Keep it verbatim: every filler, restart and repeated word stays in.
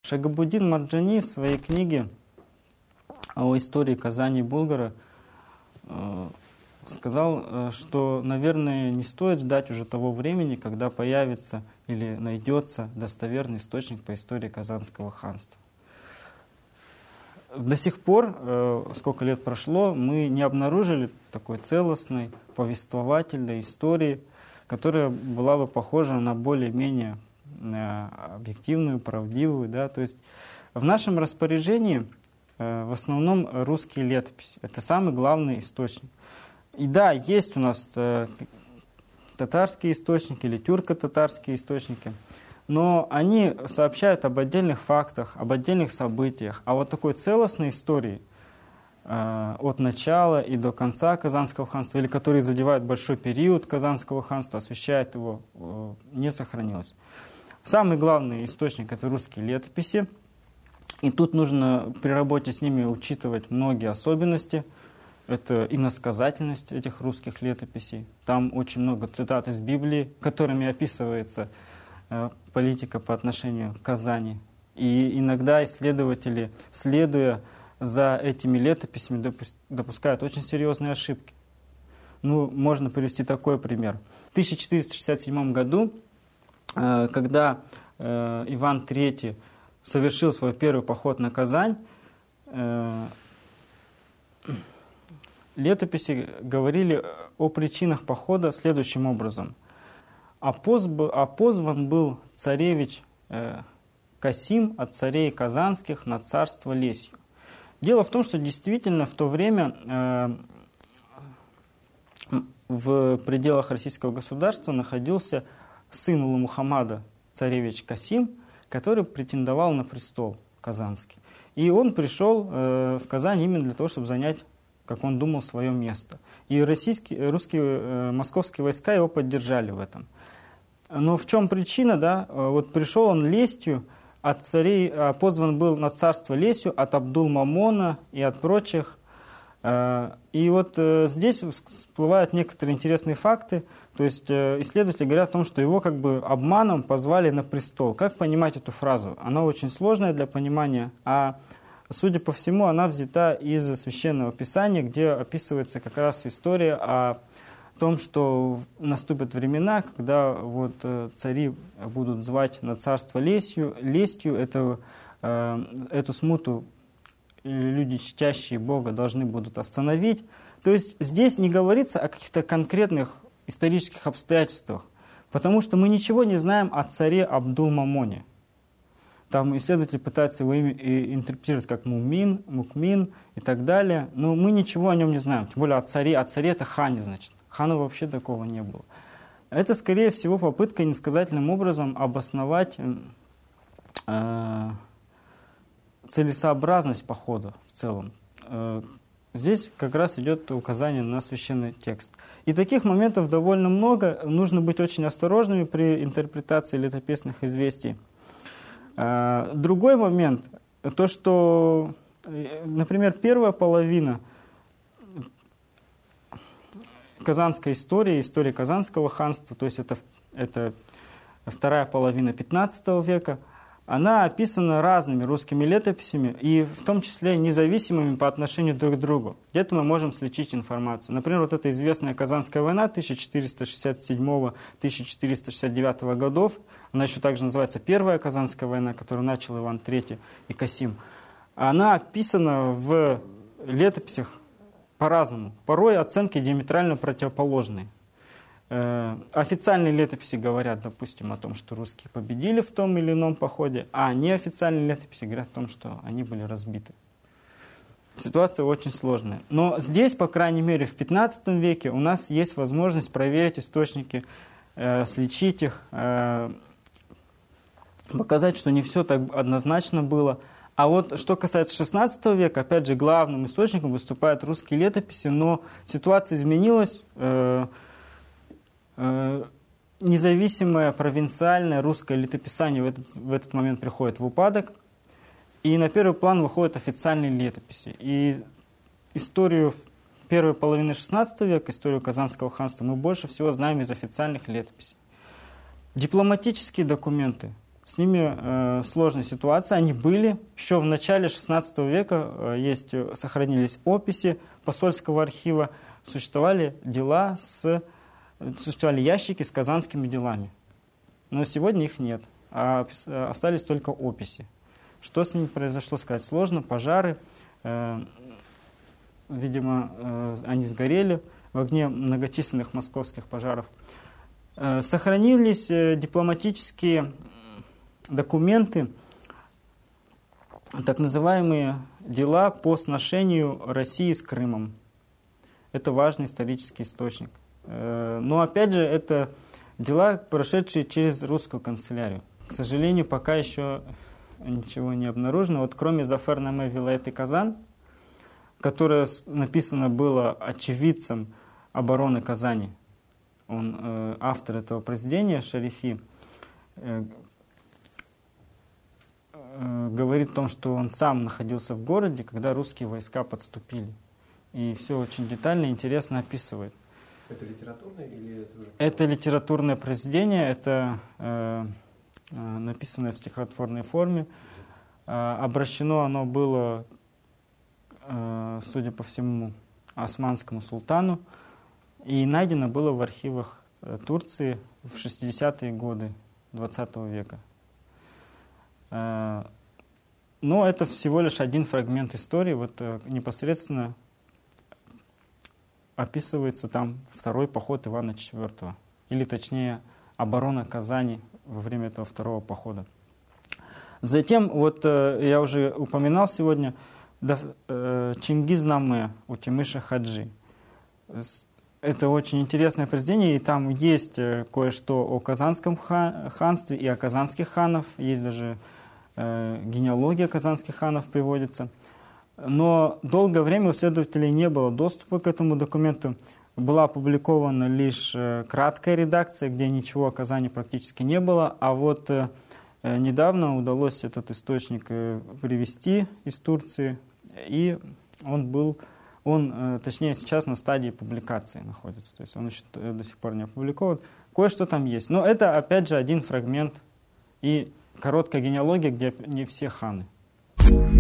Шагабуддин Марджани в своей книге о истории Казани и Булгара сказал, что, наверное, не стоит ждать уже того времени, когда появится или найдется достоверный источник по истории Казанского ханства. До сих пор, сколько лет прошло, мы не обнаружили такой целостной, повествовательной истории, которая была бы похожа на более-менее объективную, правдивую. Да? То есть в нашем распоряжении в основном русские летописи. Это самый главный источник. И да, есть у нас татарские источники или тюрко-татарские источники, но они сообщают об отдельных фактах, об отдельных событиях. А вот такой целостной истории э, от начала и до конца Казанского ханства, или которые задевают большой период Казанского ханства, освещают его, э, не сохранилось. Самый главный источник — это русские летописи. И тут нужно при работе с ними учитывать многие особенности. Это иносказательность этих русских летописей. Там очень много цитат из Библии, которыми описывается политика по отношению к Казани. И иногда исследователи, следуя за этими летописями, допускают очень серьезные ошибки. Ну, можно привести такой пример. В тысяча четыреста шестьдесят седьмом году, когда Иван третий совершил свой первый поход на Казань, летописи говорили о причинах похода следующим образом. А позван был царевич э, Касим от царей казанских на царство Лесью. Дело в том, что действительно в то время э, в пределах российского государства находился сын Улы Мухаммада, царевич Касим, который претендовал на престол казанский. И он пришел э, в Казань именно для того, чтобы занять, как он думал, свое место. И российские, русские, э, московские войска его поддержали в этом. Но в чем причина, да? Вот пришел он лестью от царей, позван был на царство Лесью от Абдул-Мамона и от прочих. И вот здесь всплывают некоторые интересные факты. То есть исследователи говорят о том, что его как бы обманом позвали на престол. Как понимать эту фразу? Она очень сложная для понимания, а судя по всему, она взята из Священного Писания, где описывается как раз история о о том, что наступят времена, когда вот цари будут звать на царство Лесью. Лестью эту, эту смуту люди, чтящие Бога, должны будут остановить. То есть здесь не говорится о каких-то конкретных исторических обстоятельствах, потому что мы ничего не знаем о царе Абдул-Мамоне. Там исследователи пытаются его имя интерпретировать как Мумин, Мукмин и так далее, но мы ничего о нем не знаем. Тем более о царе, о царе это хане, значит. Хана вообще такого не было. Это, скорее всего, попытка иносказательным образом обосновать э, целесообразность похода в целом. Э, здесь как раз идет указание на священный текст. И таких моментов довольно много. Нужно быть очень осторожными при интерпретации летописных известий. Э, другой момент, то, что, например, первая половина казанской истории, истории Казанского ханства, то есть это, это вторая половина пятнадцатого века, она описана разными русскими летописями, и в том числе независимыми по отношению друг к другу. Где-то мы можем сличить информацию. Например, вот эта известная Казанская война тысяча четыреста шестьдесят седьмого — тысяча четыреста шестьдесят девятого годов, она еще также называется Первая Казанская война, которую начал Иван третий и Касим, она описана в летописях по-разному. Порой оценки диаметрально противоположные. Э, официальные летописи говорят, допустим, о том, что русские победили в том или ином походе, а неофициальные летописи говорят о том, что они были разбиты. Ситуация очень сложная. Но здесь, по крайней мере, в пятнадцатом веке у нас есть возможность проверить источники, э, сличить их, э, показать, что не все так однозначно было. А вот что касается шестнадцатого века, опять же, главным источником выступают русские летописи, но ситуация изменилась. Э, э, независимое провинциальное русское летописание в этот, в этот момент приходит в упадок, и на первый план выходят официальные летописи. И историю первой половины шестнадцатого века, историю Казанского ханства, мы больше всего знаем из официальных летописей. Дипломатические документы с ними э, сложная ситуация. Они были еще в начале шестнадцатого века, э, есть, сохранились описи посольского архива, существовали дела с, существовали ящики с казанскими делами. Но сегодня их нет, а остались только описи. Что с ними произошло, сказать сложно. Пожары, э, видимо, э, они сгорели в огне многочисленных московских пожаров. Э, сохранились э, дипломатические документы, так называемые дела по сношению России с Крымом. Это важный исторический источник. Э, но опять же, это дела, прошедшие через русскую канцелярию. К сожалению, пока еще ничего не обнаружено. Вот кроме Зафарнаме Вилайет Казан, которое написано было очевидцем обороны Казани, он э, автор этого произведения, Шарифи, э, э, говорит о том, что он сам находился в городе, когда русские войска подступили. И все очень детально и интересно описывает. Это литературное или это уже... Это литературное произведение, это э, э, написанное в стихотворной форме. Э, обращено оно было, э, судя по всему, османскому султану. И найдено было в архивах э, Турции в шестидесятые годы двадцатого века. Э, но это всего лишь один фрагмент истории, вот э, непосредственно описывается там второй поход Ивана четвёртого, или точнее оборона Казани во время этого второго похода. Затем, вот э, я уже упоминал сегодня, да, э, Чингиз Наме у Тимыша Хаджи. Это очень интересное произведение, и там есть э, кое-что о Казанском ха ханстве и о казанских ханов, есть даже э, генеалогия казанских ханов приводится. Но долгое время у следователей не было доступа к этому документу. Была опубликована лишь краткая редакция, где ничего о Казани практически не было. А вот недавно удалось этот источник привезти из Турции. И он был, он, точнее, сейчас на стадии публикации находится. То есть он еще до сих пор не опубликован. Кое-что там есть. Но это, опять же, один фрагмент и короткая генеалогия, где не все ханы.